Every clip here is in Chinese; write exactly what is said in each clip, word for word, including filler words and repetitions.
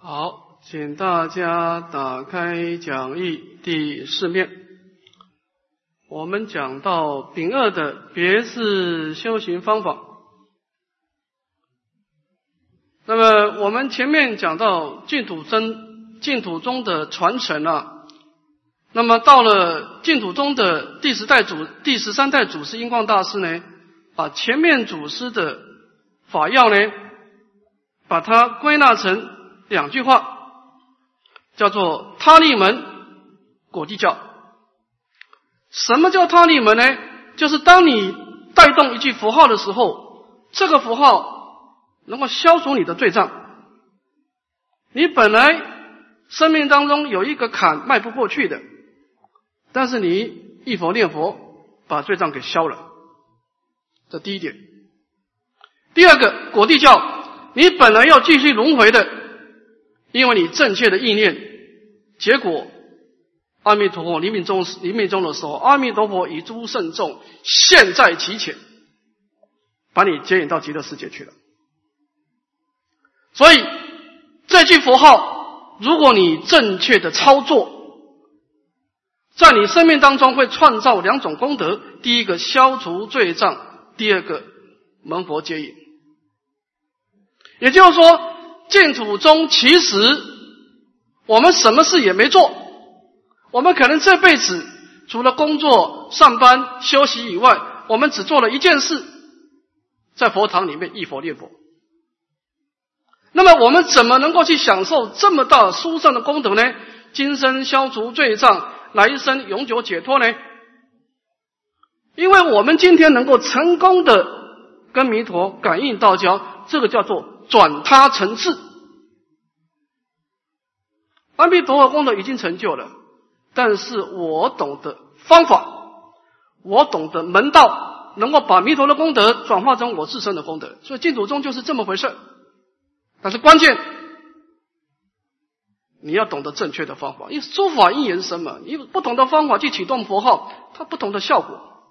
好，请大家打开讲义第四面。我们讲到丙二的别式修行方法。那么我们前面讲到净土真净土宗的传承啊，那么到了净土宗的第十代祖第十三代祖师印光大师呢，把前面祖师的法要呢，把它归纳成两句话，叫做他力门果地教。什么叫他力门呢？就是当你带动一句符号的时候，这个符号能够消除你的罪障。你本来生命当中有一个坎迈不过去的，但是你忆佛念佛，把罪障给消了，这第一点。第二个，果地教，你本来要继续轮回的，因为你正确的意念，结果阿弥陀佛临命终临命终的时候，阿弥陀佛以诸圣众现在其前，把你接引到极乐世界去了。所以这句佛号，如果你正确的操作，在你生命当中会创造两种功德：第一个消除罪障，第二个蒙佛接引。也就是说，净土中其实我们什么事也没做，我们可能这辈子除了工作、上班、休息以外，我们只做了一件事，在佛堂里面忆佛念佛。那么我们怎么能够去享受这么大殊胜的功德呢？今生消除罪障，来生永久解脱呢？因为我们今天能够成功的跟弥陀感应道交，这个叫做转他成智。阿弥陀佛功德已经成就了，但是我懂得方法，我懂得门道，能够把弥陀的功德转化成我自身的功德。所以净土宗就是这么回事。但是关键你要懂得正确的方法，因为诸法因缘生嘛，你不同的方法去启动佛号，它不同的效果。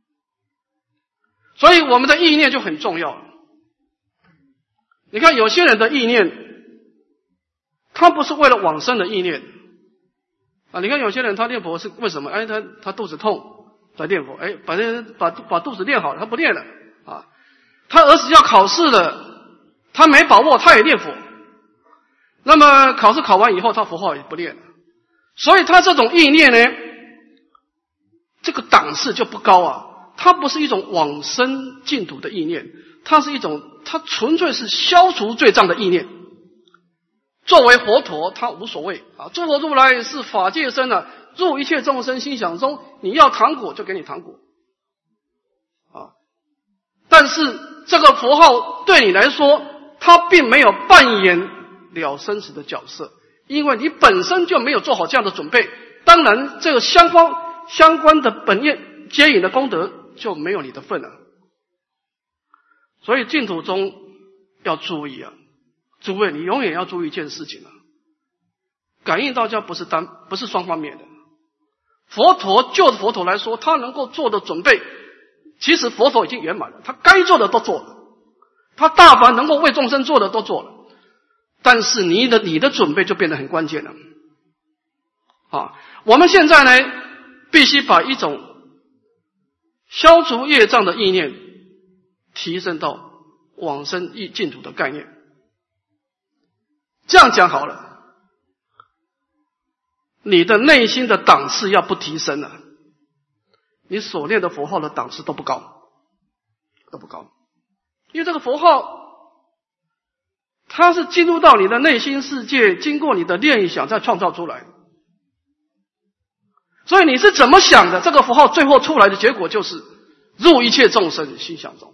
所以我们的意念就很重要。你看有些人的意念，他不是为了往生的意念啊。你看有些人他念佛是为什么？哎，他他肚子痛来念佛，哎，把把把肚子练好了，他不练了啊。他儿子要考试了，他没把握，他也念佛。那么考试考完以后，他佛号也不念了。所以他这种意念呢，这个档次就不高啊。它不是一种往生净土的意念，它是一种，它纯粹是消除罪障的意念。作为佛陀，他无所谓啊，诸佛如来是法界身啊，入一切众生心想中，你要糖果就给你糖果啊。但是这个佛号对你来说，它并没有扮演了生死的角色，因为你本身就没有做好这样的准备。当然，这个相关相关的本愿接引的功德就没有你的份了。所以净土中要注意啊，诸位，你永远要注意一件事情啊，感应道教不是单不是双方面的。佛陀就佛陀来说，他能够做的准备，其实佛陀已经圆满了，他该做的都做了，他大凡能够为众生做的都做了。但是你的你的准备就变得很关键了啊！我们现在呢，必须把一种消除业障的意念提升到往生净土的概念。这样讲好了，你的内心的档次要不提升了，你所念的佛号的档次都不高，都不高。因为这个佛号它是进入到你的内心世界，经过你的念想再创造出来。所以你是怎么想的，这个符号最后出来的结果就是入一切众生心想中。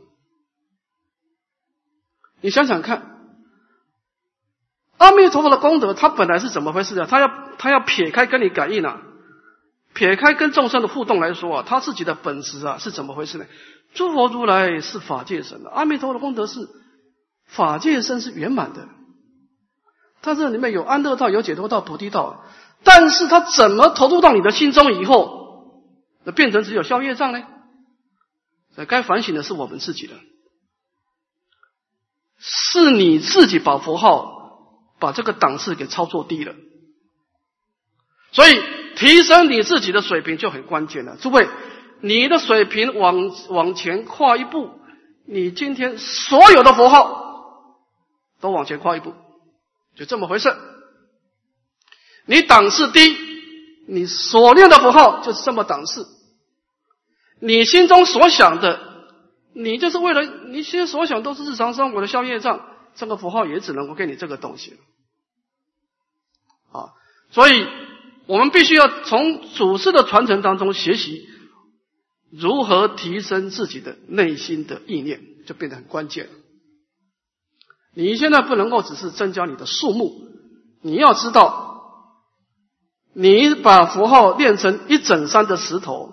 你想想看，阿弥陀佛的功德它本来是怎么回事啊？他要他要撇开跟你感应啊，撇开跟众生的互动来说啊，他自己的本质啊是怎么回事呢？诸佛如来是法界身的，阿弥陀佛的功德是法界身是圆满的，它这里面有安乐道，有解脱道、菩提道，但是它怎么投入到你的心中以后，那变成只有消业障呢？所以该反省的是我们自己的，是你自己把佛号把这个档次给操作低了。所以提升你自己的水平就很关键了。诸位，你的水平往往前跨一步，你今天所有的佛号都往前跨一步，就这么回事。你档次低，你所念的佛号就是这么档次。你心中所想的，你就是为了你现在所想都是日常生活的消业障，这个佛号也只能够给你这个东西了。啊，所以我们必须要从祖师的传承当中学习如何提升自己的内心的意念，就变得很关键了。你现在不能够只是增加你的数目，你要知道，你把佛号练成一整山的石头，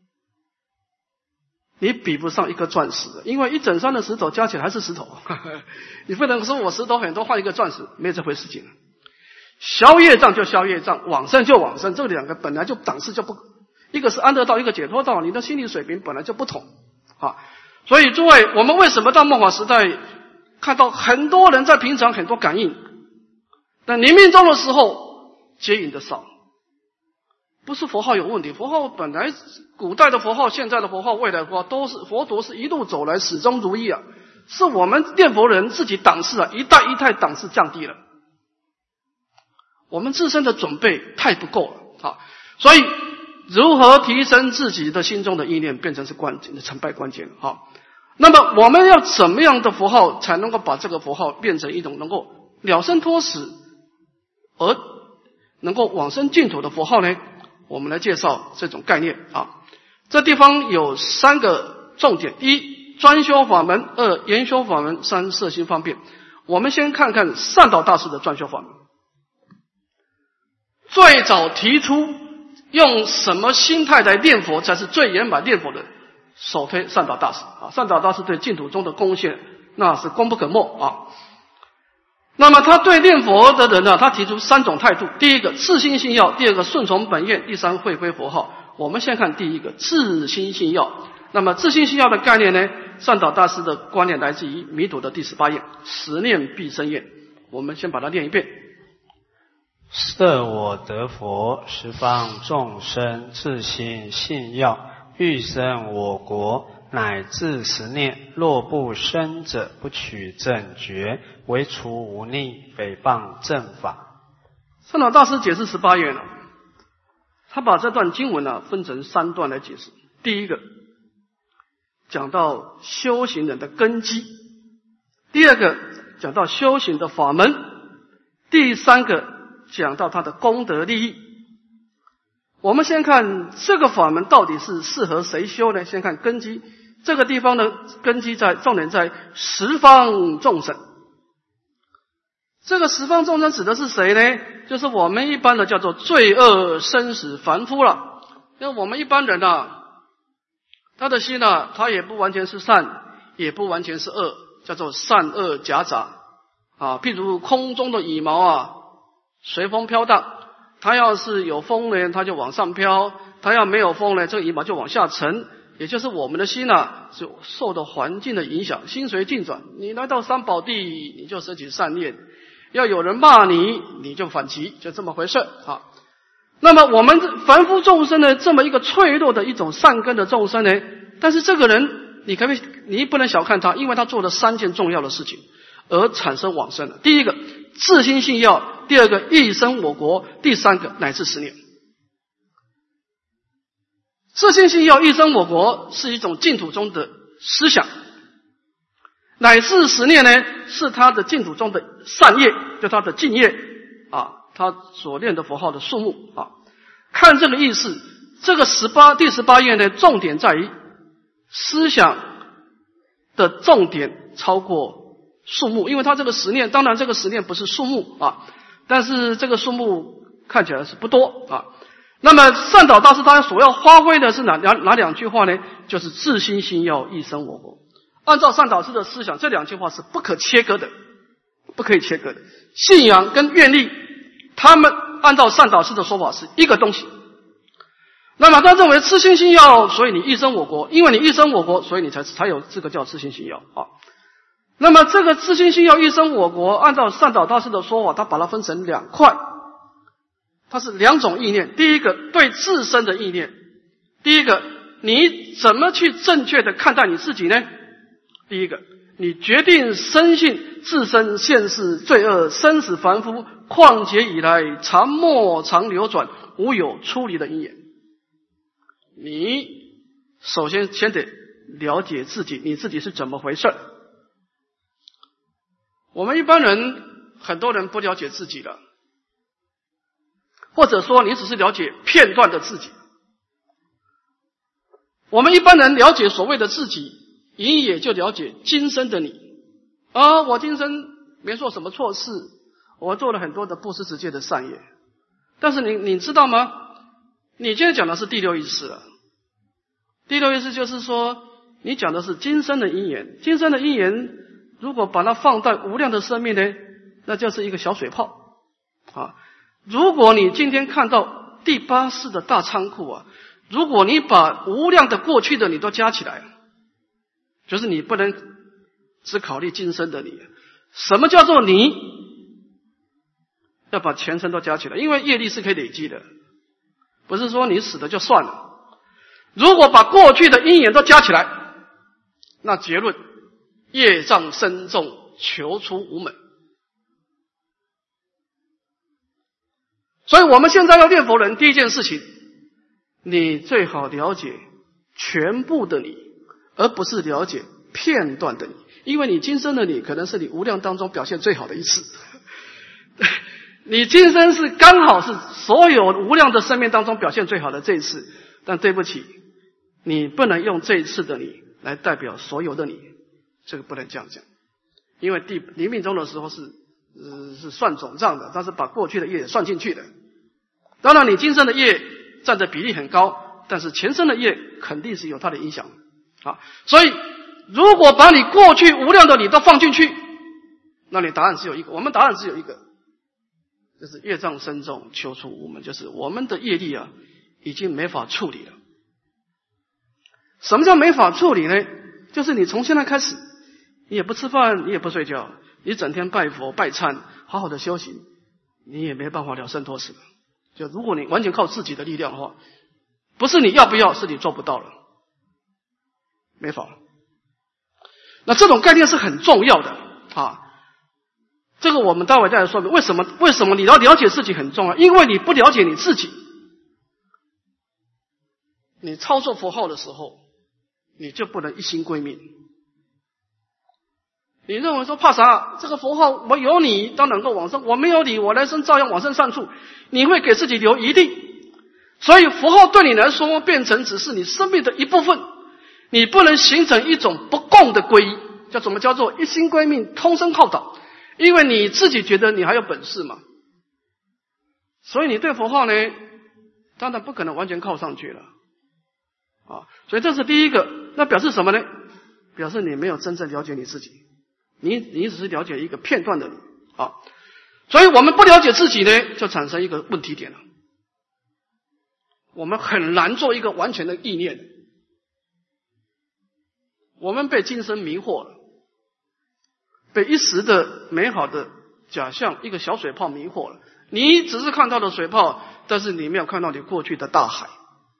你比不上一颗钻石，因为一整山的石头加起来还是石头。你不能说我石头很多换一个钻石，没有这回事情。消业障就消业障，往生就往生，这两个本来就档次就不，一个是安乐道，一个解脱道，你的心理水平本来就不同啊。所以诸位，我们为什么到末法时代看到很多人在平常很多感应，但临命终的时候接引的少？不是佛号有问题，佛号本来古代的佛号、现在的佛号、未来的佛号都是佛陀是一路走来始终如一啊，是我们念佛人自己档次啊一代一代档次降低了，我们自身的准备太不够了啊。所以如何提升自己的心中的意念，变成是关键的成败关键啊。那么我们要怎么样的佛号才能够把这个佛号变成一种能够了生脱死而能够往生净土的佛号呢？我们来介绍这种概念啊。这地方有三个重点：一、专修法门；二、研修法门；三、摄心方便。我们先看看善导大师的专修法门。最早提出用什么心态来念佛才是最圆满念佛的，首推善导大师啊。善导大师对净土宗的贡献那是功不可没啊。那么他对念佛的人呢，他提出三种态度：第一个自心信要，第二个顺从本愿，第三会归佛号。我们先看第一个自心信要。那么自心信要的概念呢，善导大师的观念来自于弥陀的第十八愿，十念必生愿。我们先把它念一遍： 设我得佛，十方众生自心信要，欲生我国，乃至十念，若不生者，不取正觉，唯除无逆，诽谤正法。 善导大师解释十八愿了，他把这段经文呢、啊、分成三段来解释。第一个讲到修行人的根基，第二个讲到修行的法门，第三个讲到他的功德利益。我们先看这个法门到底是适合谁修呢？先看根基，这个地方的根基在重点在十方众生。这个十方众生指的是谁呢？就是我们一般的叫做罪恶生死凡夫了。因为我们一般人啊，他的心啊，他也不完全是善，也不完全是恶，叫做善恶夹杂啊。譬如空中的羽毛啊，随风飘荡，它要是有风呢，它就往上飘；它要没有风呢，这个羽毛就往下沉。也就是我们的心啊，是受到环境的影响，心随境转。你来到三宝地，你就升起善念；要有人骂你，你就反击，就这么回事啊。那么我们凡夫众生呢，这么一个脆弱的一种善根的众生呢，但是这个人，你可不可以，你不能小看他，因为他做了三件重要的事情，而产生往生了。第一个，自心信要；第二个，欲生我国；第三个，乃至十念。自心信要，欲生我国是一种净土中的思想，乃至十念呢，是他的净土中的善业，就他的净业啊，他所念的佛号的数目啊。看这个意思，这个十八第十八愿呢，重点在于思想的重点超过数目，因为他这个十念，当然这个十念不是数目啊，但是这个数目看起来是不多啊。那么善导大师他所要发挥的是哪哪哪两句话呢？就是自心信要，欲生我国。按照善导师的思想，这两句话是不可切割的，不可以切割的。信仰跟愿力，他们按照善导师的说法是一个东西。那么他认为自心信要，所以你欲生我国，因为你欲生我国，所以你才才有这个叫自心信要啊。 那么这个自心信要一生我国，按照善导大师的说法，他把它分成两块，它是两种意念。第一个对自身的意念，第一个你怎么去正确的看待你自己呢？第一个，你决定深信自身现世罪恶，生死凡夫，旷劫以来常莫常流转，无有出离的因缘。你首先先得了解自己，你自己是怎么回事。我们一般人很多人不了解自己了，或者说你只是了解片段的自己。我们一般人了解所谓的自己，隐也就了解今生的你。啊，我今生没做什么错事，我做了很多的布施持戒的善业。但是你你知道吗？你今天讲的是第六意识了。第六意识就是说，你讲的是今生的因缘，今生的因缘如果把它放在无量的生命呢，那就是一个小水泡啊。如果你今天看到第八世的大仓库啊，如果你把无量的过去的你都加起来，就是你不能只考虑今生的你。什么叫做你？要把全身都加起来，因为业力是可以累积的，不是说你死了就算了。如果把过去的因缘都加起来，那结论业障深重，求出无门。所以我们现在要念佛人，第一件事情，你最好了解全部的你，而不是了解片段的你。因为你今生的你可能是你无量当中表现最好的一次，你今生是刚好是所有无量的生命当中表现最好的这一次，但对不起，你不能用这一次的你来代表所有的你，这个不能这样讲。因为地临命终的时候是呃是算总账的，但是把过去的业也算进去的。当然你今生的业占的比例很高，但是前生的业肯定是有它的影响啊。所以如果把你过去无量的你都放进去，那你答案只有一个，我们答案只有一个，就是业障深重，求出无门，就是我们的业力啊已经没法处理了。什么叫没法处理呢？就是你从现在开始，你也不吃饭，你也不睡觉，你整天拜佛拜忏，好好的修行，你也没办法了生脱死。就如果你完全靠自己的力量的话，不是你要不要，是你做不到了，没法了。那这种概念是很重要的啊，这个我们待会再来说明为什么为什么你要了解自己很重要。因为你不了解你自己，你操作佛号的时候，你就不能一心归命。你认为说怕啥？这个佛号我有你当能够往生，我没有你我来生照样往生善处，你会给自己留疑虑。所以佛号对你来说变成只是你生命的一部分，你不能形成一种不共的皈依，叫什么叫做一心归命，通身靠倒。因为你自己觉得你还有本事嘛，所以你对佛号呢，当然不可能完全靠上去了啊。所以这是第一个，那表示什么呢？表示你没有真正了解你自己，你你只是了解一个片段的你啊。所以我们不了解自己呢，就产生一个问题点了，我们很难做一个完全的意念。我们被今生迷惑了，被一时的美好的假象一个小水泡迷惑了。你只是看到了水泡，但是你没有看到你过去的大海。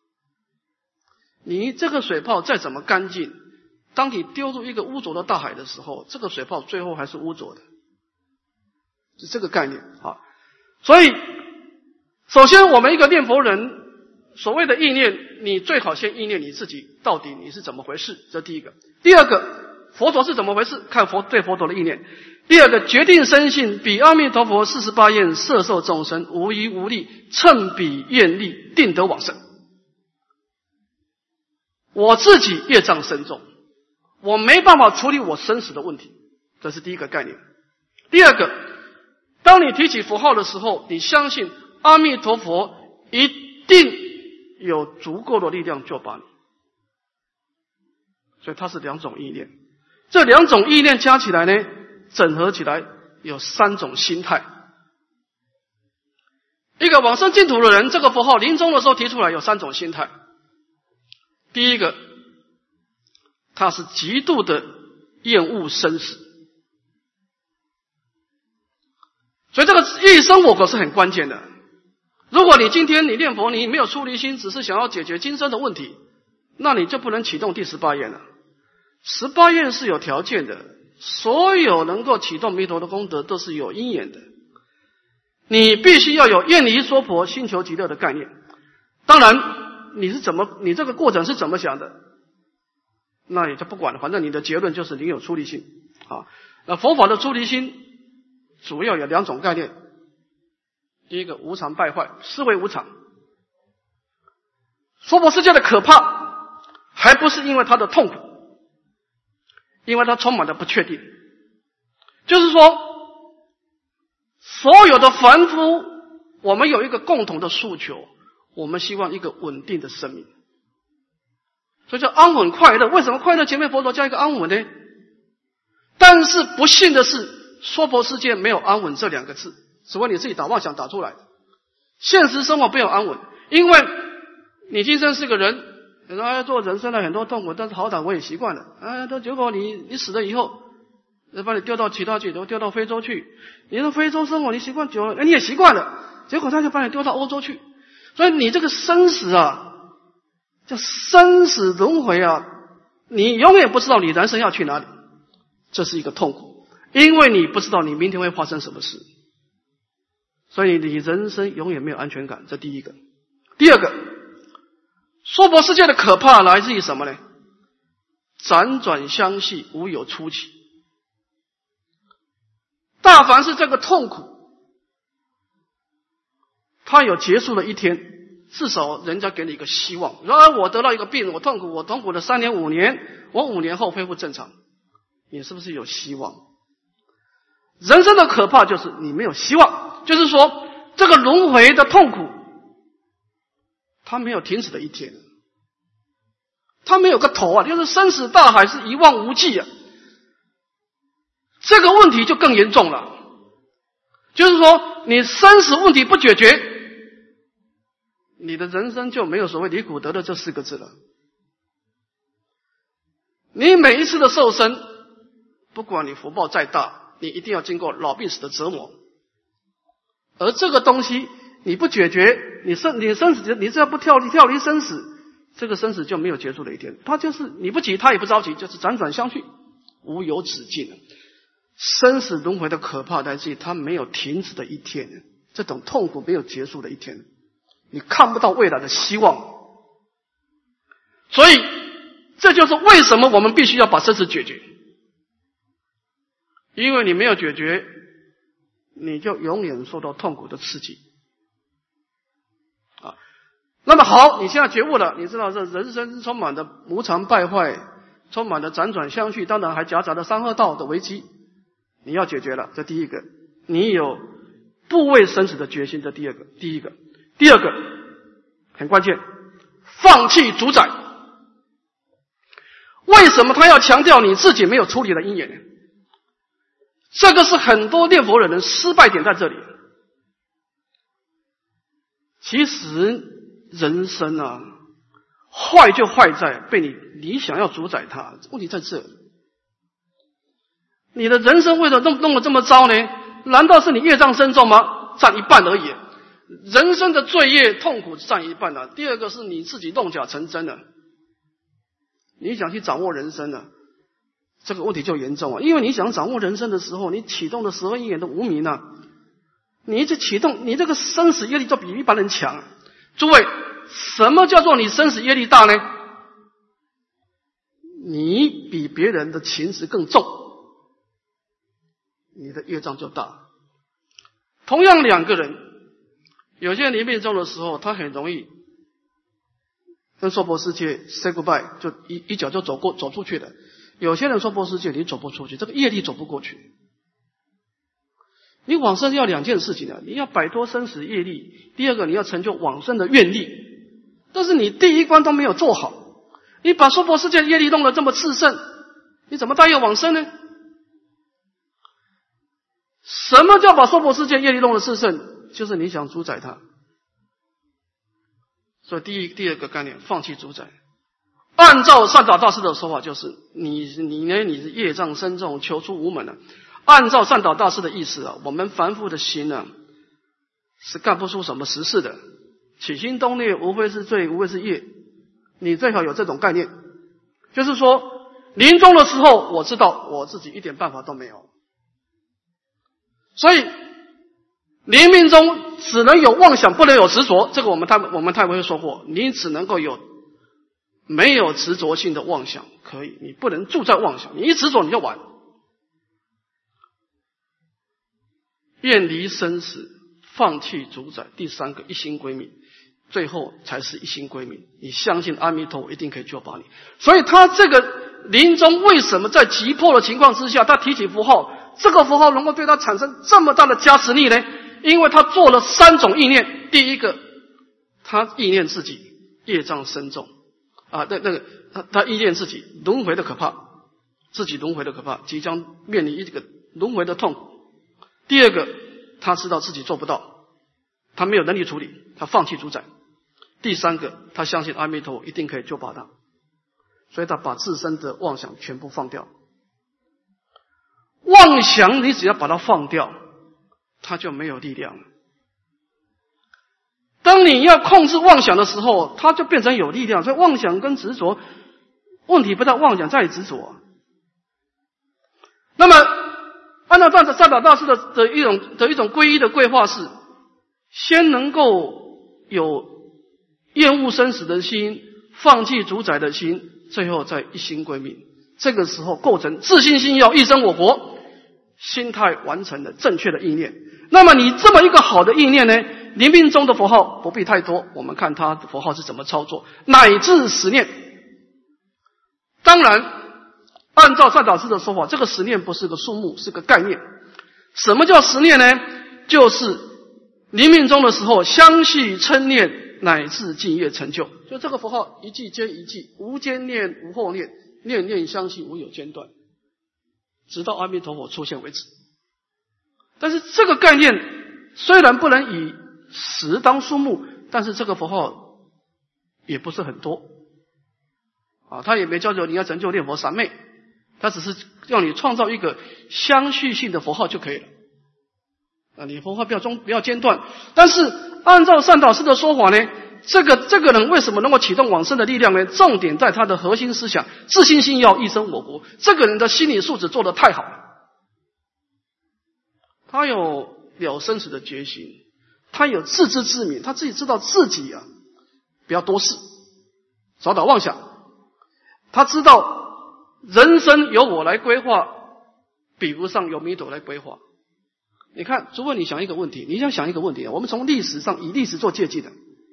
你这个水泡再怎么干净，当你丢入一个污浊的大海的时候，这个水泡最后还是污浊的，是这个概念啊。所以首先我们一个念佛人，所谓的意念，你最好先意念你自己到底你是怎么回事，这第一个。第二个，佛陀是怎么回事，看佛对佛陀的意念。第二个，决定深信彼阿弥陀佛四十八愿摄受众生，无疑无力，乘彼愿力，定得往生。我自己业障深重，我没办法处理我生死的问题，这是第一个概念。第二个，当你提起佛号的时候，你相信阿弥陀佛一定有足够的力量救拔你，所以它是两种意念。这两种意念加起来呢，整合起来有三种心态。一个往生净土的人，这个佛号临终的时候提出来有三种心态。第一个，他是极度的厌恶生死， 所以这个欲生我国是很关键的。如果你今天你念佛，你没有出离心，只是想要解决今生的问题，那你就不能启动第十八愿了。十八愿是有条件的，所有能够启动弥陀的功德都是有因缘的。你必须要有愿离娑婆心求极乐的概念。当然你是怎么，你这个过程是怎么想的，那也就不管了，反正你的结论就是你有出离心啊。那佛法的出离心主要有两种概念，第一个无常败坏，思维无常。娑婆世界的可怕还不是因为它的痛苦，因为它充满了不确定。就是说所有的凡夫，我们有一个共同的诉求，我们希望一个稳定的生命，所以叫安稳快乐。为什么快乐前面佛陀加一个安稳呢？但是不幸的是，娑婆世界没有安稳这两个字，只为你自己打妄想打出来的。现实生活没有安稳，因为你今生是个人，哎，做人生了很多痛苦，但是好歹我也习惯了。哎，都结果你你死了以后，把你丢到其他去，丢到非洲去。你到非洲生活，你习惯久了，哎，你也习惯了，结果他就把你丢到欧洲去。所以你这个生死啊，叫生死轮回啊，你永远不知道你人生要去哪里，这是一个痛苦，因为你不知道你明天会发生什么事，所以你人生永远没有安全感，这第一个。第二个，娑婆世界的可怕来自于什么呢？辗转相续，无有出期。大凡是这个痛苦，它有结束的一天，至少人家给你一个希望。然而我得到一个病，我痛苦，我痛苦了三年五年，我五年后恢复正常，你是不是有希望？人生的可怕就是你没有希望，就是说这个轮回的痛苦，它没有停止的一天，它没有个头啊，就是生死大海是一望无际啊。这个问题就更严重了，就是说你生死问题不解决，你的人生就没有所谓离苦得乐这四个字了。你每一次的受生，不管你福报再大，你一定要经过老病死的折磨，而这个东西你不解决，你生你生死，你只要不跳离跳离生死，这个生死就没有结束的一天。他就是你不急，他也不着急，就是辗转相续，无有止境。生死轮回的可怕来自于它没有停止的一天，这种痛苦没有结束的一天，你看不到未来的希望。所以这就是为什么我们必须要把生死解决，因为你没有解决，你就永远受到痛苦的刺激啊。那么好，你现在觉悟了，你知道这人生充满了无常败坏，充满了辗转相续，当然还夹杂了三恶道的危机，你要解决了。这第一个，你有不畏生死的决心，这第二个，第一个。第二个很关键，放弃主宰。为什么他要强调你自己没有处理的因缘呢？这个是很多念佛人的失败点在这里。其实人生啊，坏就坏在被你你想要主宰它，问题在这。你的人生为什么弄弄得这么糟呢？难道是你业障深重吗？占一半而已。人生的罪业痛苦占一半了。第二个是你自己弄假成真了，你想去掌握人生了，这个问题就严重了。因为你想掌握人生的时候，你启动的十二因缘的无明啊，你一直启动，你这个生死业力就比一般人强。诸位，什么叫做你生死业力大呢？你比别人的情执更重，你的业障就大。同样两个人，有些人临命终的时候，他很容易跟娑婆世界 say goodbye， 就一一脚就走过走出去了。有些人娑婆世界你走不出去，这个业力走不过去。你往生要两件事情啊，你要摆脱生死业力，第二个你要成就往生的愿力。但是你第一关都没有做好，你把娑婆世界业力弄得这么炽盛，你怎么大愿往生呢？什么叫把娑婆世界业力弄得炽盛？就是你想主宰它。所以第一第二个概念，放弃主宰。按照善导大师的说法，就是你你呢，你是业障深重，求出无门了。 按照善导大师的意思啊，我们凡夫的心呢、啊，是干不出什么实事的。起心动念无非是罪，无非是业。你最好有这种概念，就是说临终的时候，我知道我自己一点办法都没有，所以临命中只能有妄想，不能有执着。这个我们太我们太不会说过，你只能够有没有执着性的妄想，可以，你不能住在妄想，你一执着你就完。远离生死，放弃主宰，第三个一心归命，最后才是一心归命。你相信阿弥陀佛一定可以救拔你。所以他这个临终为什么在急迫的情况之下，他提起符号，这个符号能够对他产生这么大的加持力呢？因为他做了三种意念。第一个，他意念自己业障深重啊，那那个他他意念自己轮回的可怕，自己轮回的可怕，即将面临一个轮回的痛苦。第二个，他知道自己做不到，他没有能力处理，他放弃主宰。第三个，他相信阿弥陀佛一定可以救拔他，所以他把自身的妄想全部放掉。妄想你只要把它放掉，他就没有力量了。当你要控制妄想的时候，它就变成有力量。所以妄想跟执着，问题不在妄想，在于执着。那么按照善导大师的的一种的一种皈依的规划是，先能够有厌恶生死的心，放弃主宰的心，最后再一心归命。这个时候构成自信心要一生我国，心态完成了正确的意念。那么你这么一个好的意念呢，临命中的佛号不必太多，我们看他的佛号是怎么操作，乃至十念。当然按照善导师的说法，这个十念不是个数目，是个概念。什么叫十念呢？就是临命中的时候相续称念，乃至尽业成就。就这个佛号一句接一句，无间念无后念，念念相续无有间断，直到阿弥陀佛出现为止。但是这个概念虽然不能以十当数目，但是这个佛号也不是很多啊，他也没教求你要成就念佛三昧，他只是让你创造一个相续性的佛号就可以了啊，你佛号不要中不要间断。但是按照善导师的说法呢，这个这个人为什么能够启动往生的力量呢？重点在他的核心思想，自信心要一生我国。这个人的心理素质做得太好了，他有了生死的决心，他有自知之明，他自己知道自己啊不要多事，少打妄想。他知道人生由我来规划，比不上由弥陀来规划。你看，如果你想一个问题，你想想一个问题，我们从历史上以历史做借鉴的。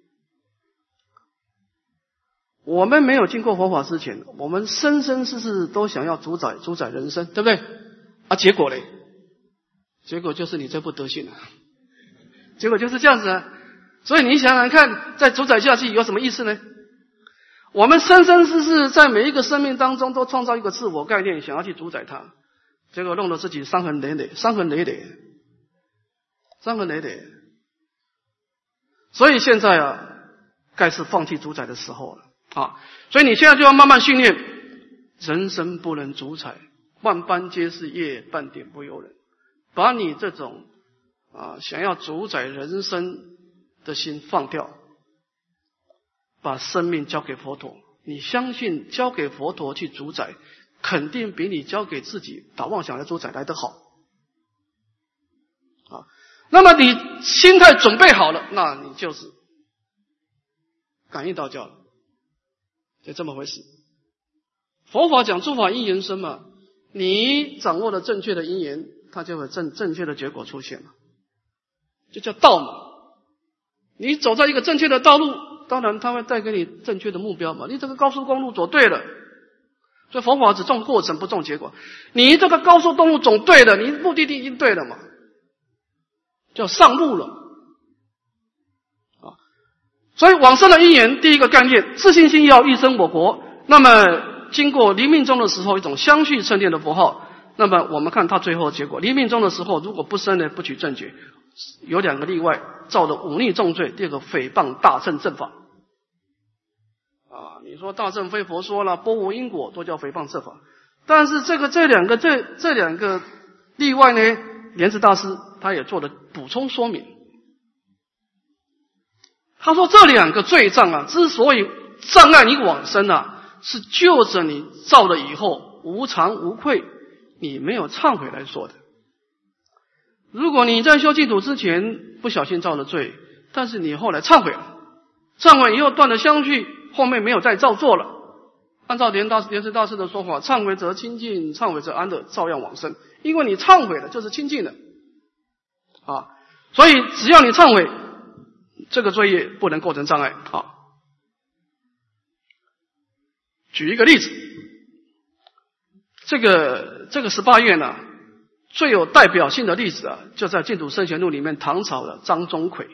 我们没有经过佛法之前，我们生生世世都想要主宰主宰人生，对不对？啊，结果嘞？结果就是你这副德性啊，结果就是这样子啊。所以你想想看，再主宰下去有什么意思呢？我们生生世世在每一个生命当中都创造一个自我概念，想要去主宰它，结果弄得自己伤痕累累，伤痕累累，伤痕累累。所以现在啊，该是放弃主宰的时候了啊！所以你现在就要慢慢训练，人生不能主宰，万般皆是业，半点不由人。把你这种啊想要主宰人生的心放掉，把生命交给佛陀。你相信交给佛陀去主宰，肯定比你交给自己打妄想来主宰来得好啊。那么你心态准备好了，那你就是感应道教了，就这么回事。佛法讲诸法因缘生嘛，你掌握了正确的因缘，它就会正正确的结果出现了，就叫道嘛。你走在一个正确的道路，当然它会带给你正确的目标嘛。你这个高速公路走对了，所以佛法只重过程不重结果。你这个高速公路走对了，你目的地已经对了嘛，叫上路了啊。所以往生的因缘，第一个概念，自信心要一生我国。那么经过临命终的时候，一种相续称念的佛号。那么我们看他最后的结果，临命终的时候，如果不生呢，不取正觉，有两个例外，造了忤逆重罪，第二个诽谤大乘正法啊。你说大乘非佛说了，波无因果，都叫诽谤正法。但是这个这两个这这两个另外呢，莲池大师他也做了补充说明。他说这两个罪障啊，之所以障碍你往生啊，是就着你造了以后无常无愧，你没有忏悔来说的。如果你在修净土之前不小心造了罪，但是你后来忏悔了，忏悔以后断了相续，后面没有再造作了，按照莲大莲池大师的说法，忏悔则清净，忏悔则安乐，照样往生。因为你忏悔了就是清净的啊，所以只要你忏悔，这个罪业不能构成障碍啊。举一个例子，这个这个十八愿呢，最有代表性的例子啊，就在《净土圣贤录》里面，唐朝的张钟馗。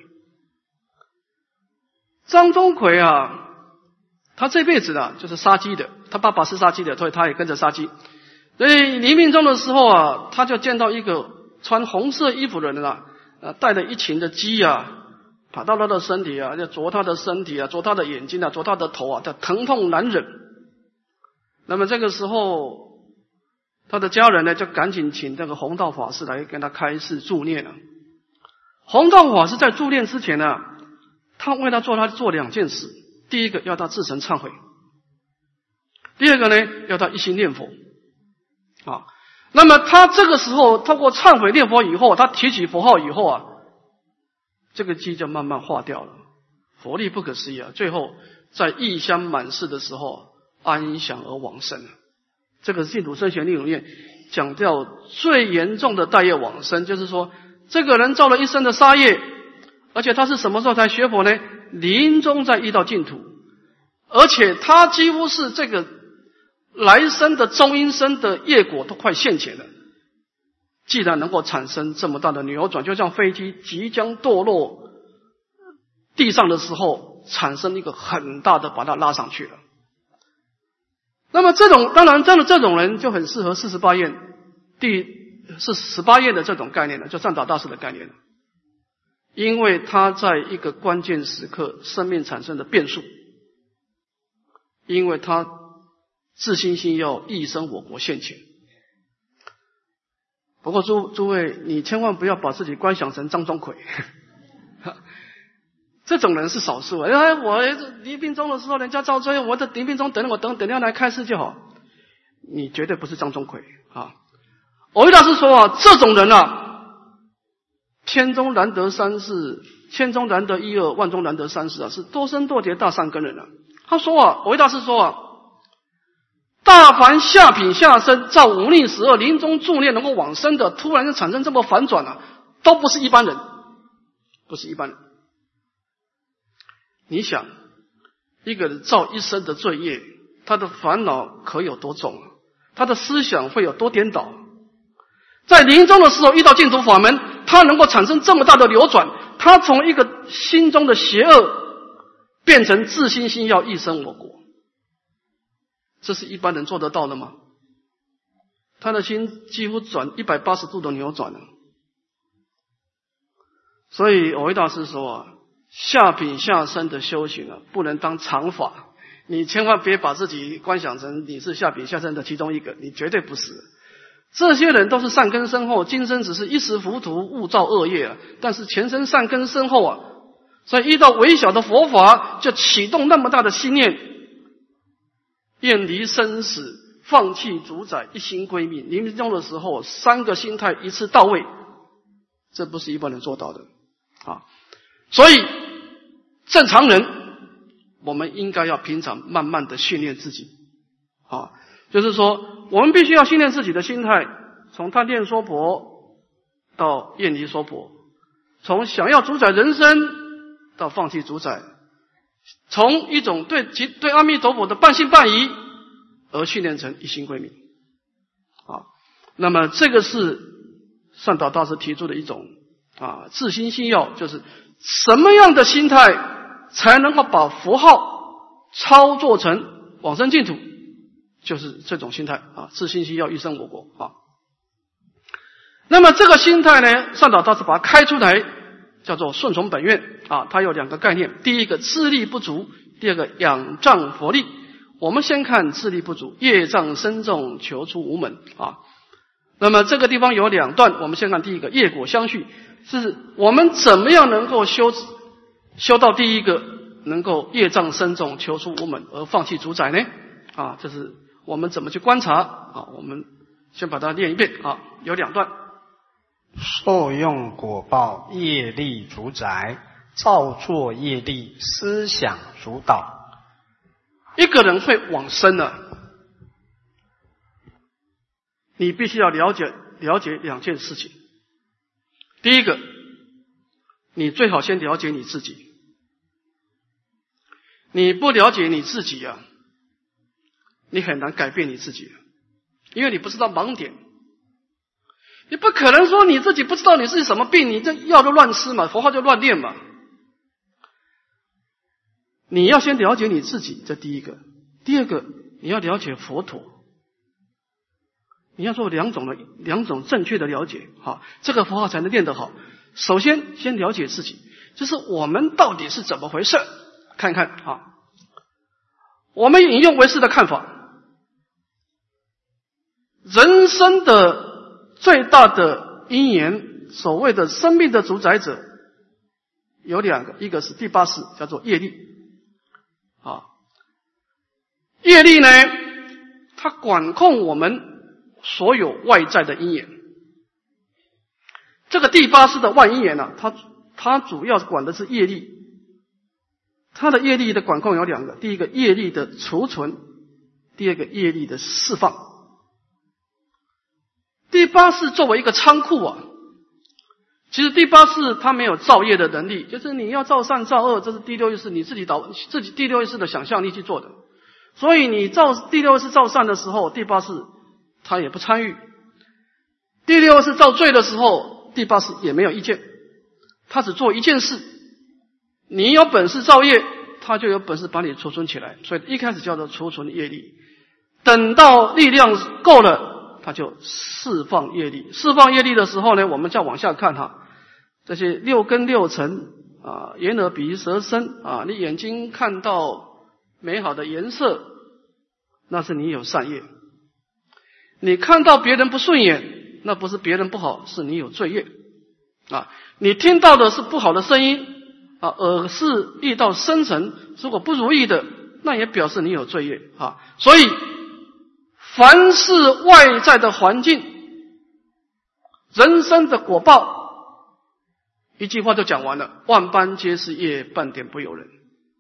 张钟馗啊，他这辈子啊就是杀鸡的，他爸爸是杀鸡的，所以他也跟着杀鸡。所以临命终的时候啊，他就见到一个穿红色衣服的人啊，呃，带了一群的鸡啊，跑到他的身体啊，就啄他的身体啊，啄他的眼睛啊，啄他的头啊，他疼痛难忍。那么这个时候，他的家人呢，就赶紧请这个弘道法师来跟他开示助念了。弘道法师在助念之前呢，他为他做他做两件事：第一个要他自诚忏悔，第二个呢要他一心念佛。啊，那么他这个时候透过忏悔念佛以后，他提起佛号以后啊，这个鸡就慢慢化掉了。佛力不可思议啊！最后在异香满室的时候安详而往生了。这个净土圣贤录里面讲到最严重的带业往生，就是说这个人造了一生的杀业，而且他是什么时候才学佛呢？临终再遇到净土，而且他几乎是这个来生的中阴身的业果都快现前了。既然能够产生这么大的扭转，就像飞机即将堕落地上的时候，产生一个很大的把它拉上去了。那么这种当然真的这种人就很适合四十八愿第是十八愿的这种概念了，就善导大师的概念了。因为他在一个关键时刻生命产生的变数，因为他自心心要益生我国现前。不过诸诸位，你千万不要把自己观想成张钟馗，这种人是少数。哎，我临病终的时候，人家造罪，我的临病终等我等等他来开示就好。你绝对不是张钟馗啊！藕益大师说啊，这种人啊，千中难得三世，千中难得一二，万中难得三世啊，是多生多劫大善根人啊。他说啊，藕益大师说啊，大凡下品下生造无逆十恶临终助念能够往生的，突然就产生这么反转啊，都不是一般人，不是一般人。你想，一个人造一生的罪业，他的烦恼可有多重啊？他的思想会有多颠倒？在临终的时候遇到净土法门，他能够产生这么大的流转，他从一个心中的邪恶变成自心心要益生我国。这是一般人做得到的吗？他的心几乎转一百八十度的扭转了。所以藕益大师说啊，下品下生的修行啊，不能当常法。你千万别把自己观想成你是下品下生的其中一个，你绝对不是。这些人都是善根深厚，今生只是一时糊涂误造恶业啊，但是前生善根深厚啊，所以遇到微小的佛法就启动那么大的心念，远离生死，放弃主宰，一心归命。临终的时候三个心态一次到位，这不是一般人做到的啊。所以正常人我们应该要平常慢慢的训练自己啊，就是说我们必须要训练自己的心态，从贪恋娑婆到远离娑婆，从想要主宰人生到放弃主宰，从一种对对阿弥陀佛的半信半疑而训练成一心归命啊。那么这个是善导大师提出的一种啊自心心要，就是什么样的心态才能够把佛号操作成往生净土，就是这种心态啊，自心心要益生我国啊。那么这个心态呢，善导大师把它开出来叫做顺从本愿啊，它有两个概念，第一个自力不足，第二个仰仗佛力。我们先看自力不足，业障深重，求出无门啊。 那么这个地方有两段，我们先看第一个业果相续，是我们怎么样能够修修到第一个能够业障深重求出无门而放弃主宰呢？啊，这是我们怎么去观察啊？我们先把它念一遍啊，有两段。 受用果报业力主宰，造作业力思想主导。 一个人会往生呢，你必须要了解了解两件事情。第一个，你最好先了解你自己。你不了解你自己啊，你很难改变你自己，因为你不知道盲点。你不可能说你自己不知道你自己什么病，你这药就乱吃嘛，佛号就乱念嘛。你要先了解你自己，这第一个。第二个，你要了解佛陀。你要做两种的两种正确的了解，好，这个佛号才能念得好。首先，先了解自己，就是我们到底是怎么回事，看看啊。我们引用唯识的看法，人生的最大的因缘，所谓的生命的主宰者有两个，一个是第八识，叫做业力。啊，业力呢，它管控我们所有外在的因缘。这个第八识的万因缘呢，它它主要管的是业力。它的业力的管控有两个，第一个业力的储存，第二个业力的释放。第八识作为一个仓库啊，其实第八识它没有造业的能力，就是你要造善造恶，这是第六意识你自己导自己第六意识的想象力去做的。所以你造第六意识造善的时候，第八识它也不参与；第六意识造罪的时候，第八识也没有意见，它只做一件事。你有本事造业，它就有本事把你储存起来，所以一开始叫做储存业力。等到力量够了，它就释放业力。释放业力的时候呢，我们再往下看哈，这些六根六尘啊，眼耳鼻舌身啊，你眼睛看到美好的颜色，那是你有善业；你看到别人不顺眼，那不是别人不好，是你有罪业啊。你听到的是不好的声音啊，耳识遇到声尘，如果不如意的，那也表示你有罪业啊。所以凡是外在的环境，人生的果报，一句话就讲完了，万般皆是业，半点不由人。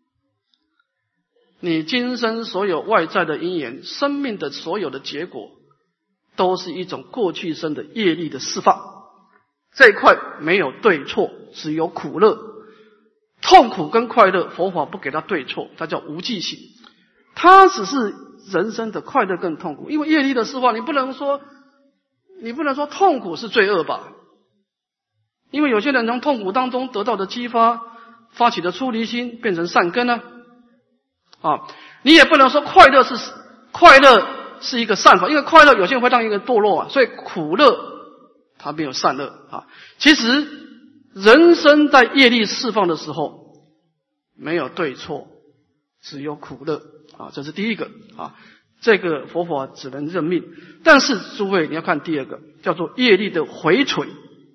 你今生所有外在的因缘，生命的所有的结果，都是一种过去生的业力的释放。这一块没有对错，只有苦乐。痛苦跟快乐，佛法不给它对错，它叫无记性。它只是人生的快乐跟痛苦，因为业力的释放，你不能说你不能说痛苦是罪恶吧？因为有些人从痛苦当中得到的激发，发起的出离心，变成善根呢。啊，你也不能说快乐是快乐是一个善法，因为快乐有些人会让一个堕落啊，所以苦乐它没有善恶啊。其实人生在业力释放的时候，没有对错，只有苦乐啊，这是第一个啊。这个佛法只能认命，但是诸位你要看第二个，叫做业力的回存。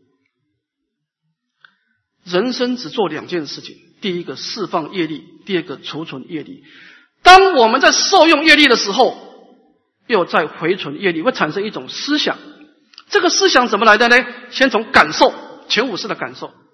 人生只做两件事情，第一个释放业力，第二个储存业力。当我们在受用业力的时候，又在回存业力，会产生一种思想。这个思想怎么来的呢？先从感受，前五识的感受。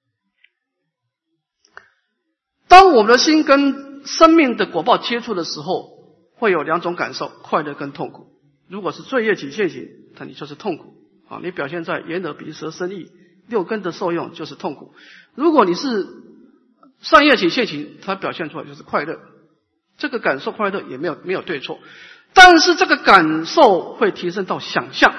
当我们的心跟生命的果报接触的时候，会有两种感受，快乐跟痛苦。如果是罪业起现行，那你就是痛苦啊！你表现在眼耳鼻舌身意六根的受用就是痛苦。如果你是善业起现行，它表现出来就是快乐。这个感受快乐也没有没有对错，但是这个感受会提升到想象，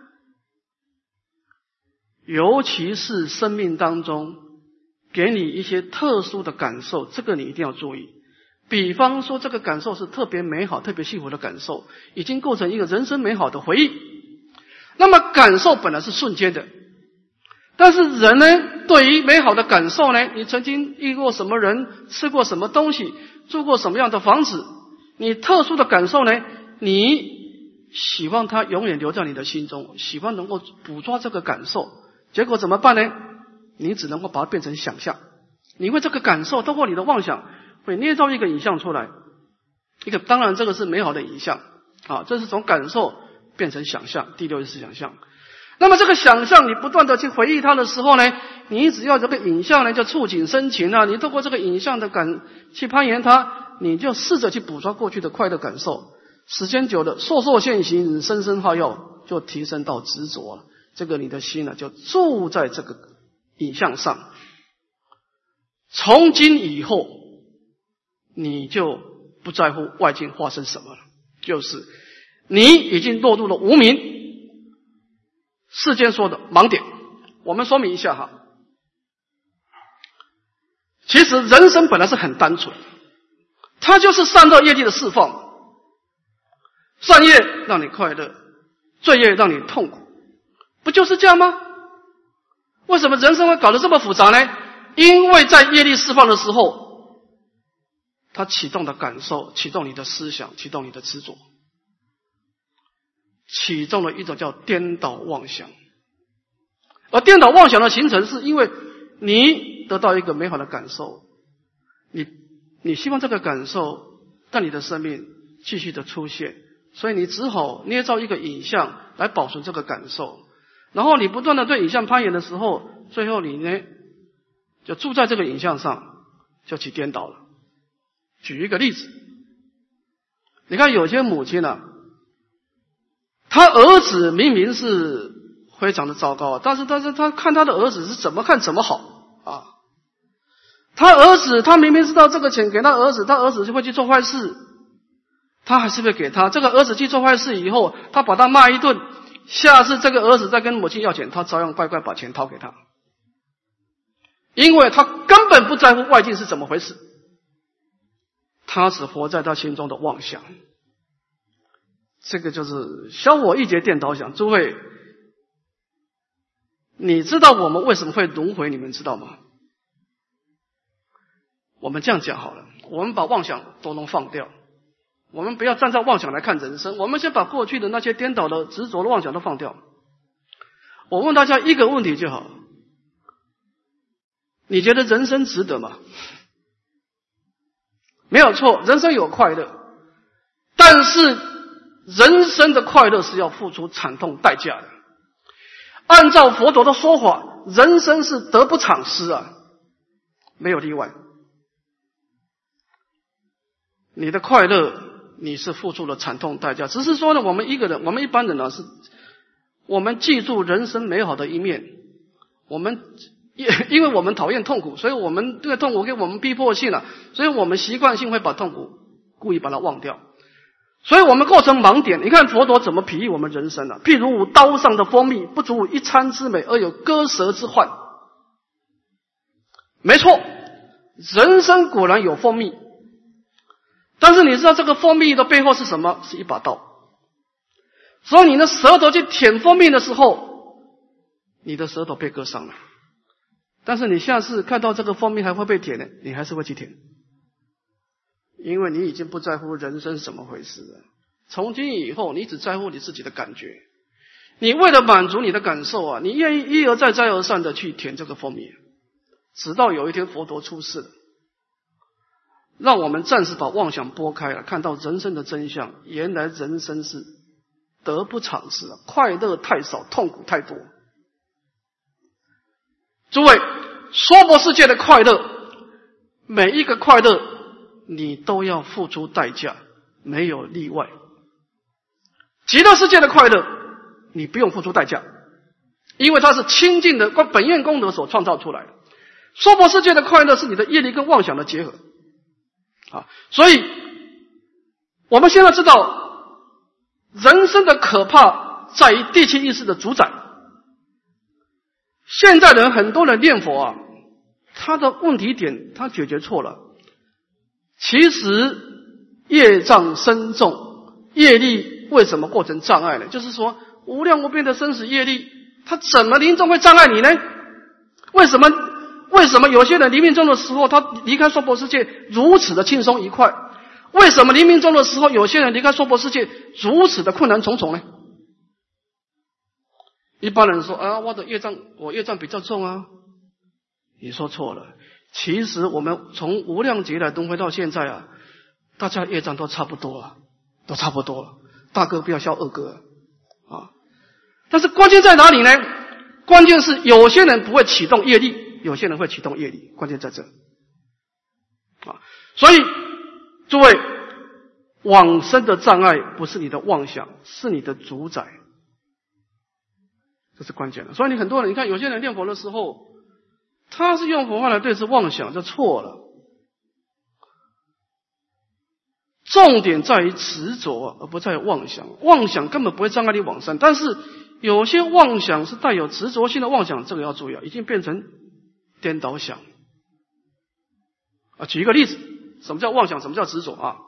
尤其是生命当中给你一些特殊的感受，这个你一定要注意。比方说这个感受是特别美好特别幸福的感受，已经构成一个人生美好的回忆。那么感受本来是瞬间的，但是人呢，对于美好的感受呢，你曾经遇过什么人，吃过什么东西，住过什么样的房子，你特殊的感受呢，你喜欢它永远留在你的心中，喜欢能够捕捉这个感受，结果怎么办呢？你只能够把它变成想象，你会这个感受通过你的妄想会捏造一个影像出来，一个当然这个是美好的影像啊，这是从感受变成想象，第六是想象。那么这个想象你不断的去回忆它的时候呢，你只要这个影像呢就触景生情啊，你透过这个影像的感去攀岩它，你就试着去捕捉过去的快乐感受，时间久了烁烁现行，深深好药，就提升到执着了，这个你的心呢就住在这个影像上。从今以后你就不在乎外境发生什么了，就是你已经落入了无明世间说的盲点。我们说明一下哈，其实人生本来是很单纯，它就是善恶业力的释放，善业让你快乐，罪业让你痛苦，不就是这样吗？为什么人生会搞得这么复杂呢？因为在业力释放的时候，它启动的感受，启动你的思想，启动你的执着，启动了一种叫颠倒妄想。而颠倒妄想的形成是因为你得到一个美好的感受，你你希望这个感受在你的生命继续的出现，所以你只好捏造一个影像来保存这个感受，然后你不断的对影像攀岩的时候，最后你呢就住在这个影像上，就去颠倒了。举一个例子，你看有些母亲啊，他儿子明明是非常的糟糕，但是但是他看他的儿子是怎么看怎么好啊。他儿子他明明知道这个钱给他儿子，他儿子就会去做坏事，他还是会给他。这个儿子去做坏事以后，他把他骂一顿，下次这个儿子再跟母亲要钱，他照样乖乖把钱掏给他，因为他根本不在乎外境是怎么回事，他只活在他心中的妄想。这个就是小我一劫颠倒想。诸位，你知道我们为什么会轮回，你们知道吗？我们这样讲好了，我们把妄想都能放掉，我们不要站在妄想来看人生，我们先把过去的那些颠倒的执着的妄想都放掉。我问大家一个问题就好，你觉得人生值得吗？没有错，人生有快乐，但是人生的快乐是要付出惨痛代价的。按照佛陀的说法，人生是得不偿失啊，没有例外。你的快乐你是付出了惨痛代价，只是说呢，我们一个人，我们一般人呢，是我们记住人生美好的一面，我们因为我们讨厌痛苦，所以我们这个痛苦给我们逼迫性了，所以我们习惯性会把痛苦故意把它忘掉，所以我们构成盲点。你看佛陀怎么比喻我们人生啊？譬如刀上的蜂蜜，不足一餐之美，而有割舌之患。没错，人生果然有蜂蜜，但是你知道这个蜂蜜的背后是什么？是一把刀。所以你的舌头去舔蜂蜜的时候，你的舌头被割伤了，但是你下次看到这个蜂蜜还会被舔呢，你还是会去舔，因为你已经不在乎人生是怎么回事了。从今以后你只在乎你自己的感觉，你为了满足你的感受啊，你愿意一而再再而三的去舔这个蜂蜜，直到有一天佛陀出世了，让我们暂时把妄想拨开了，看到人生的真相。原来人生是得不偿失啊，快乐太少，痛苦太多。诸位，娑婆世界的快乐，每一个快乐你都要付出代价，没有例外。极乐世界的快乐你不用付出代价，因为它是清净的本愿功德所创造出来的。娑婆世界的快乐是你的业力跟妄想的结合啊，所以我们现在知道人生的可怕在于第七意识的主宰。现在人很多人念佛啊，他的问题点他解决错了。其实业障深重，业力为什么构成障碍呢？就是说无量无边的生死业力，他怎么临终会障碍你呢？为什么为什么有些人临命终的时候他离开娑婆世界如此的轻松愉快？ 为什么临命终的时候，有些人离开娑婆世界如此的困难重重呢？一般人说啊，我的业障，我业障比较重啊。你说错了，其实我们从无量劫来轮回到现在啊，大家业障都差不多啊，都差不多了。大哥不要笑二哥啊！但是关键在哪里呢？关键是有些人不会启动业力，有些人会启动业力，关键在这啊！所以诸位，往生的障碍不是你的妄想，是你的主宰。这是关键的。所以你很多人，你看有些人念佛的时候，他是用佛法来对治妄想，就错了。重点在于执着，而不在于妄想。妄想根本不会障碍你往生，但是有些妄想是带有执着性的妄想，这个要注意啊，已经变成颠倒想啊。举一个例子，什么叫妄想？什么叫执着啊？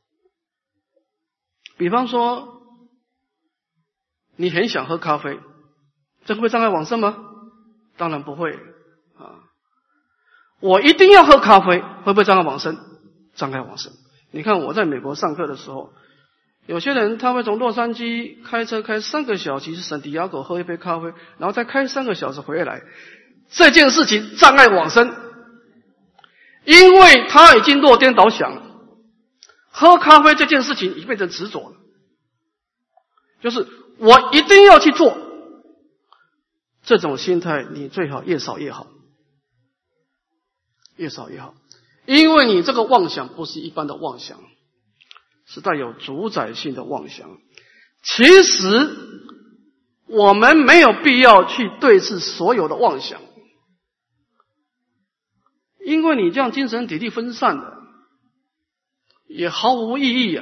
比方说，你很想喝咖啡。这会不会障碍往生吗？当然不会啊！我一定要喝咖啡，会不会障碍往生？障碍往生。你看我在美国上课的时候，有些人他会从洛杉矶开车开三个小时去圣地亚哥喝一杯咖啡，然后再开三个小时回来，这件事情障碍往生，因为他已经落颠倒想了。喝咖啡这件事情已经变成执着了，就是我一定要去做。这种心态你最好越少越好，越少越好，因为你这个妄想不是一般的妄想，是带有主宰性的妄想。其实我们没有必要去对治所有的妄想，因为你这样精神体力分散的也毫无意义啊。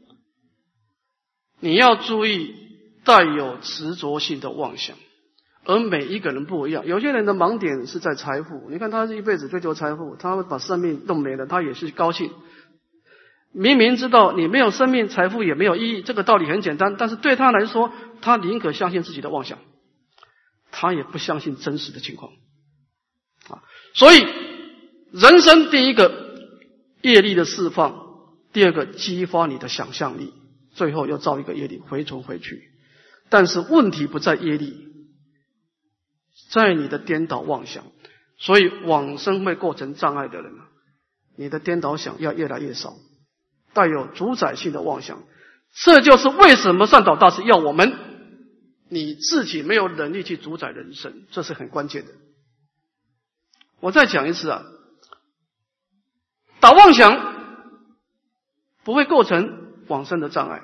你要注意带有执着性的妄想，而每一个人不一样，有些人的盲点是在财富，你看他一辈子追求财富，他把生命弄没了，他也是高兴。明明知道你没有生命，财富也没有意义，这个道理很简单，但是对他来说，他宁可相信自己的妄想，他也不相信真实的情况啊。所以人生第一个业力的释放，第二个激发你的想象力，最后又造一个业力回存回去。但是问题不在业力，在你的颠倒妄想。所以往生会构成障碍的人，你的颠倒想要越来越少，带有主宰性的妄想。这就是为什么善导大师要我们，你自己没有能力去主宰人生，这是很关键的。我再讲一次啊，打妄想不会构成往生的障碍，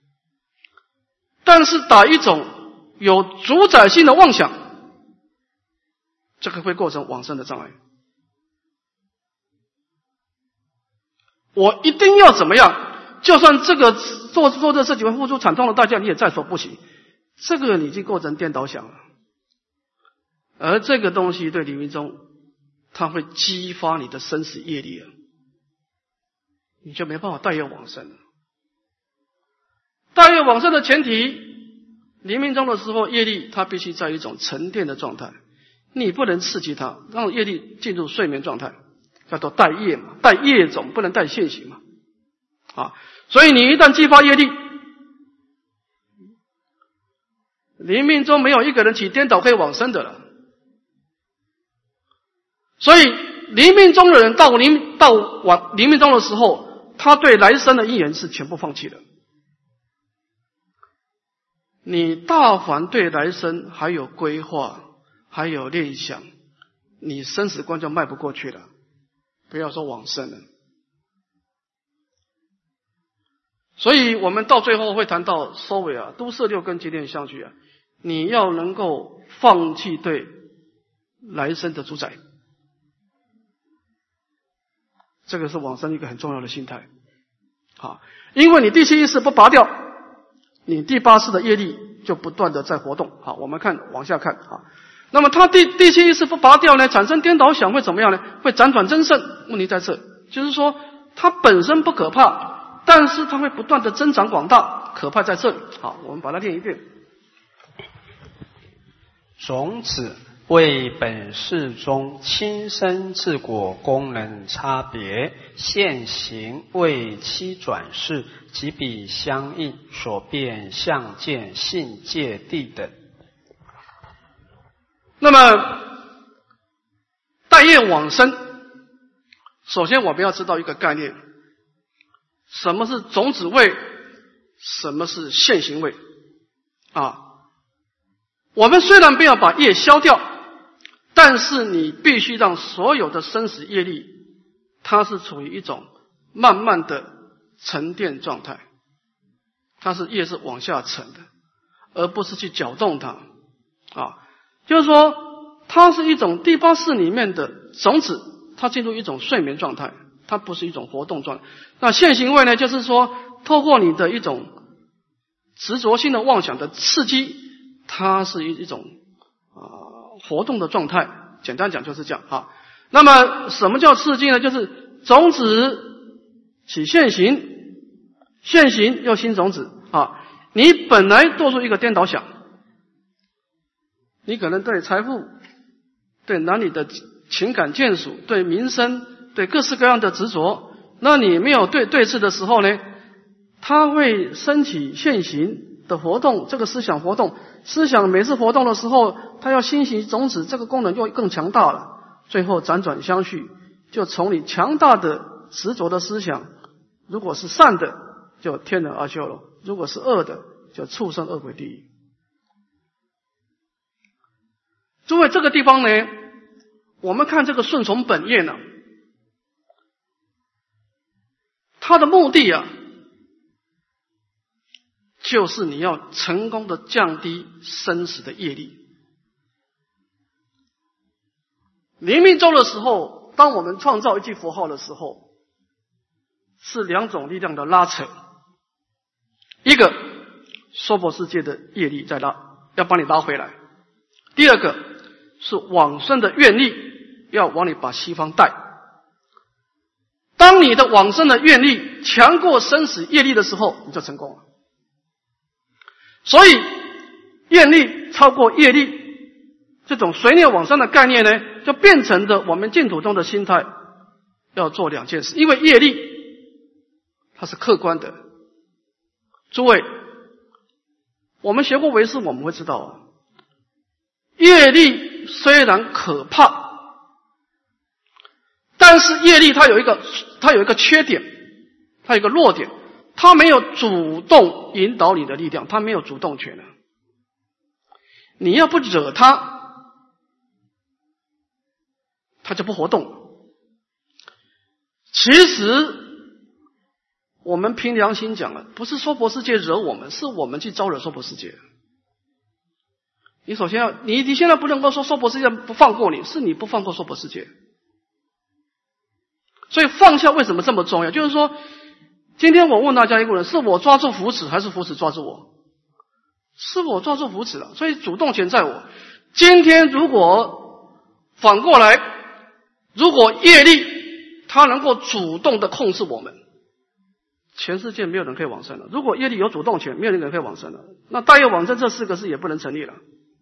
但是打一种有主宰性的妄想，这个会构成往生的障碍。我一定要怎么样，就算这个做做这事情会付出惨痛的代价，你也在所不惜，这个你已经构成颠倒想了。而这个东西对临命终，它会激发你的生死业力了，你就没办法带有往生了。带有往生的前提，临命终的时候，业力它必须在一种沉淀的状态，你不能刺激它，让业力进入睡眠状态，叫做带业嘛，带业种，不能带现行嘛。啊，所以你一旦激发业力，临命终没有一个人起颠倒可以往生的了。所以临命终的人到临到往临命终的时候，他对来生的因缘是全部放弃的。你大凡对来生还有规划，还有念想，你生死关就迈不过去了，不要说往生了。所以我们到最后会谈到收尾啊，都摄六根结念相续啊，你要能够放弃对来生的主宰，这个是往生一个很重要的心态。好，因为你第七意识不拔掉，你第八识的业力就不断的在活动。好，我们看往下看啊。那么它第第七意识不拔掉呢，产生颠倒想会怎么样呢？会辗转增盛。问题在这，就是说它本身不可怕，但是它会不断的增长广大，可怕在这里。好，我们把它念一遍。 从此为本世中亲生自果功能差别，现行为七转世，即彼相应所变相见性界地等。 那么待业往生，首先我们要知道一个概念，什么是种子位，什么是现行位啊？我们虽然没有把业消掉，但是你必须让所有的生死业力，它是处于一种慢慢的沉淀状态，它是业是往下沉的，而不是去搅动它啊。就是说，它是一种第八识里面的种子，它进入一种睡眠状态，它不是一种活动状态。那现行位呢，就是说，透过你的一种执着性的妄想的刺激，它是一一种啊、呃、活动的状态。简单讲就是这样啊。那么什么叫刺激呢？就是种子起现行，现行又新种子啊。你本来做出一个颠倒想，你可能对财富、对男女的情感眷属、对名声、对各式各样的执着，那你没有对对峙的时候呢，它会升起现行的活动，这个思想活动，思想每次活动的时候，它要新型种子，这个功能就更强大了，最后辗转相续，就从你强大的执着的思想，如果是善的，就天人阿修罗；如果是恶的，就畜生恶鬼地狱。诸位，这个地方呢，我们看这个顺从本业呢，它的目的啊，就是你要成功的降低生死的业力。临命终的时候，当我们创造一句佛号的时候，是两种力量的拉扯，一个娑婆世界的业力在拉，要把你拉回来；第二个是往生的愿力，要往你把西方带。当你的往生的愿力强过生死业力的时候，你就成功了。所以愿力超过业力，这种随念往生的概念呢，就变成了我们净土中的心态，要做两件事。因为业力它是客观的，诸位，我们学过唯识，我们会知道啊，业力虽然可怕，但是业力它有一个它有一个缺点，它有一个弱点，它没有主动引导你的力量，它没有主动权啊。你要不惹它，它就不活动。其实我们凭良心讲了，不是娑婆世界惹我们，是我们去招惹娑婆世界。你首先要，你你现在不能够说娑婆世界不放过你，是你不放过娑婆世界。所以放下为什么这么重要？就是说，今天我问大家一个人，是我抓住福祉还是福祉抓住我？是我抓住福祉了，所以主动权在我。今天如果反过来，如果业力它能够主动的控制我们，全世界没有人可以往生了。如果业力有主动权，没有人可以往生了，那大业往生这四个字也不能成立了。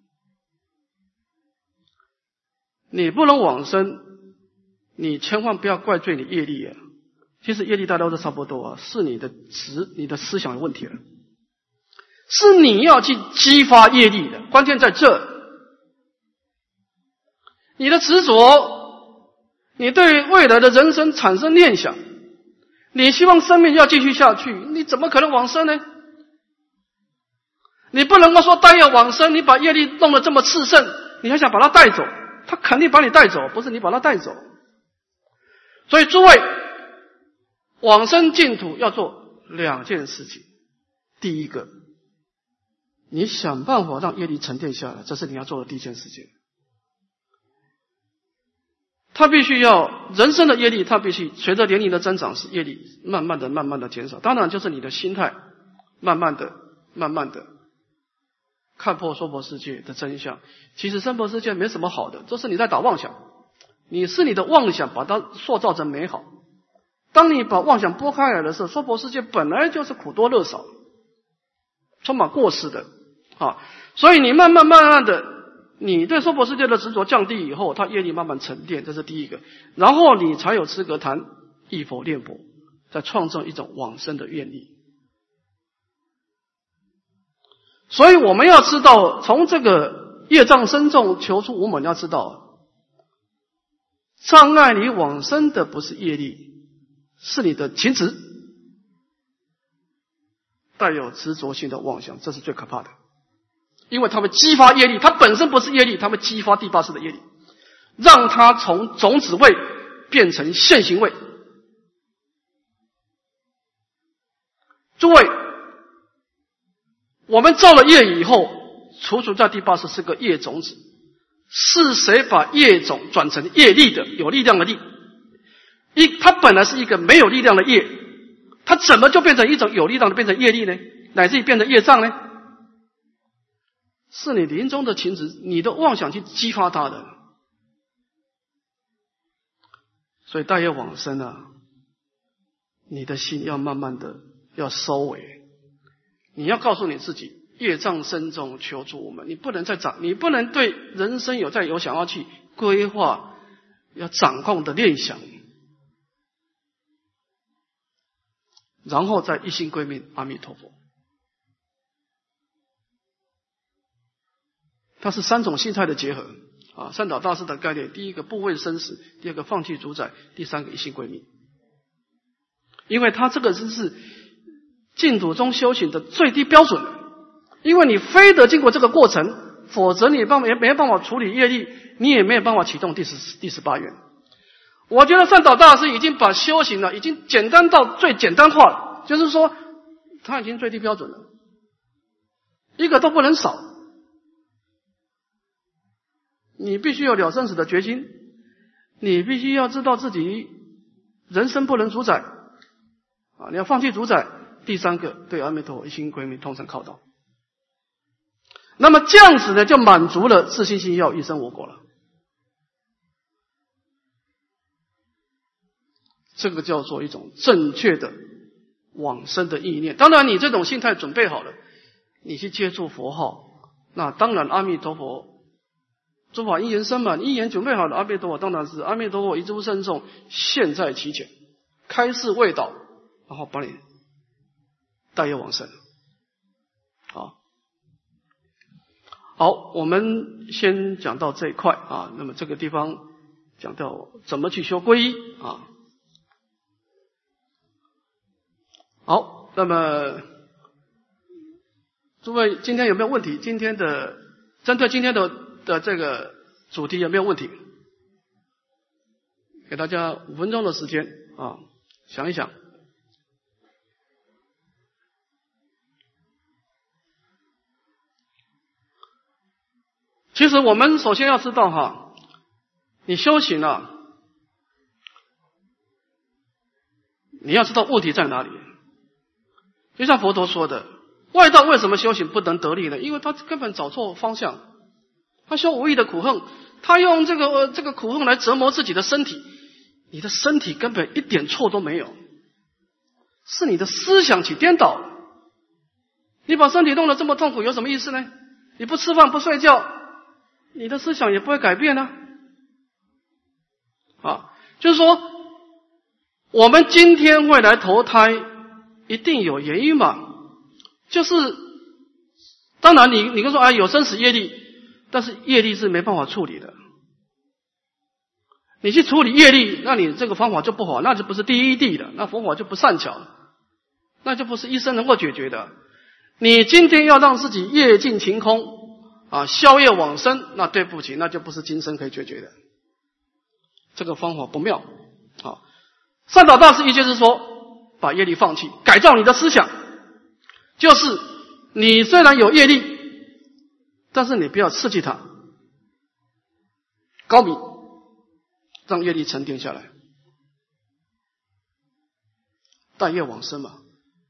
你不能往生，你千万不要怪罪你业力啊。其实业力大家都差不多啊，是你的执、你的思想有问题了，是你要去激发业力的，关键在这。你的执着，你对未来的人生产生念想，你希望生命要继续下去，你怎么可能往生呢？你不能够说单要往生，你把业力弄得这么炽盛，你还想把它带走，他肯定把你带走，不是你把它带走。所以诸位，往生净土要做两件事情。第一个，你想办法让业力沉淀下来，这是你要做的第一件事情。他必须要人生的业力，他必须随着年龄的增长，是业力慢慢的、慢慢的减少。当然，就是你的心态慢慢的、慢慢的看破娑婆世界的真相。其实娑婆世界没什么好的，这是你在打妄想，你是你的妄想把它塑造成美好。当你把妄想拨开来的时候，娑婆世界本来就是苦多乐少，充满过失的啊。所以你慢慢慢慢的你对娑婆世界的执着降低以后，它业力慢慢沉淀，这是第一个。然后你才有资格谈忆佛念佛，再创造一种往生的愿力。所以我们要知道，从这个业障深重求出无门，要知道，障碍你往生的不是业力，是你的情执，带有执着性的妄想，这是最可怕的。因为他们激发业力，它本身不是业力，他们激发第八识的业力，让它从种子位变成现行位。诸位，我们造了业以后，除除在第八识是个业种子，是谁把业种转成业力的？有力量的力。一，它本来是一个没有力量的业，它怎么就变成一种有力量的变成业力呢？乃至于变成业障呢？是你临终的情执，你的妄想去激发它的。所以大业往生啊，你的心要慢慢的要收尾，你要告诉你自己，业障深重求助我们，你不能再掌，你不能对人生有再有想要去规划、要掌控的念想，然后再一心归命阿弥陀佛。它是三种心态的结合啊，善导大师的概念，第一个不畏生死，第二个放弃主宰，第三个一心归命。因为它这个是净土中修行的最低标准，因为你非得经过这个过程，否则你也没有办法处理业力，你也没有办法启动第十第十八愿。我觉得善导大师已经把修行了，已经简单到最简单化了，就是说他已经最低标准了，一个都不能少。你必须有了生死的决心，你必须要知道自己人生不能主宰啊，你要放弃主宰。第三个，对阿弥陀佛一心归命，通成靠道。那么这样子呢，就满足了自信心要一生我果了。这个叫做一种正确的往生的意念。当然，你这种心态准备好了，你去接触佛号，那当然阿弥陀佛。诸法因缘生嘛，因缘准备好了，阿弥陀佛当然是阿弥陀佛一诸圣众现在其前，开示卫导，然后把你带业往生。好，好，我们先讲到这一块啊。那么这个地方讲到怎么去修皈依啊。好，那么诸位今天有没有问题？今天的针对今天的的这个主题有没有问题？给大家五分钟的时间啊，想一想。其实我们首先要知道哈，你修行啊，你要知道问题在哪里。就像佛陀说的，外道为什么修行不能得力呢？因为他根本找错方向。他修无益的苦恨，他用这个、呃、这个苦恨来折磨自己的身体，你的身体根本一点错都没有，是你的思想起颠倒。你把身体弄得这么痛苦有什么意思呢？你不吃饭不睡觉，你的思想也不会改变呢、啊。啊，就是说我们今天会来投胎一定有原因嘛，就是当然你你跟说啊有生死业力，但是业力是没办法处理的。你去处理业力，那你这个方法就不好，那就不是第一地了，那佛法就不善巧，那就不是一生能够解决的。你今天要让自己业尽晴空啊，消业往生，那对不起，那就不是今生可以解决的，这个方法不妙啊。善导大师意见是说，把业力放弃，改造你的思想，就是你虽然有业力，但是你不要刺激它，高明，让业力沉淀下来，带业往生嘛。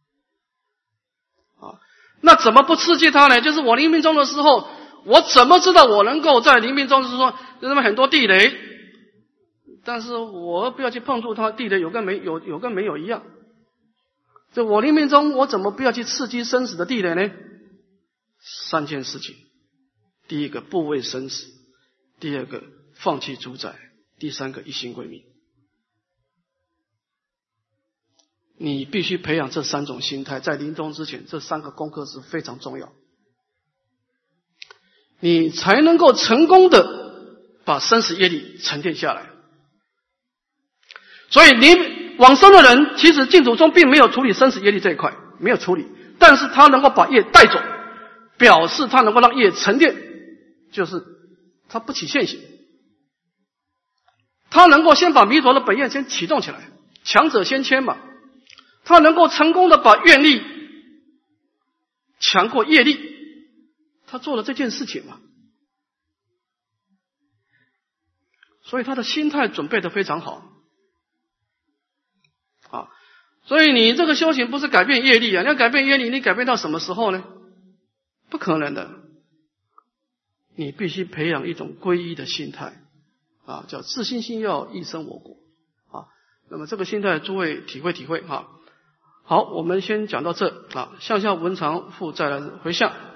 啊，那怎么不刺激它呢？就是我临命终的时候，我怎么知道我能够在临命终是说那么很多地雷，但是我不要去碰触它，地雷有跟没有有跟没有一样。就我临命终，我怎么不要去刺激生死的地雷呢？三件事情。 第一个不畏生死，第二个放弃主宰，第三个一心归命。你必须培养这三种心态，在临终之前，这三个功课是非常重要，你才能够成功的把生死业力沉淀下来。所以你往生的人，其实净土宗并没有处理生死业力这一块，没有处理，但是他能够把业带走，表示他能够让业沉淀，就是他不起现行，他能够先把弥陀的本愿先启动起来，强者先谦嘛，他能够成功的把愿力强过业力，他做了这件事情嘛，所以他的心态准备得非常好啊。所以你这个修行不是改变业力啊，你要改变业力，你改变到什么时候呢？不可能的，你必须培养一种皈依的心态啊，叫自心信要，一生我国啊。那么这个心态诸位体会体会啊。好，我们先讲到这啊，向下文长复再来回向。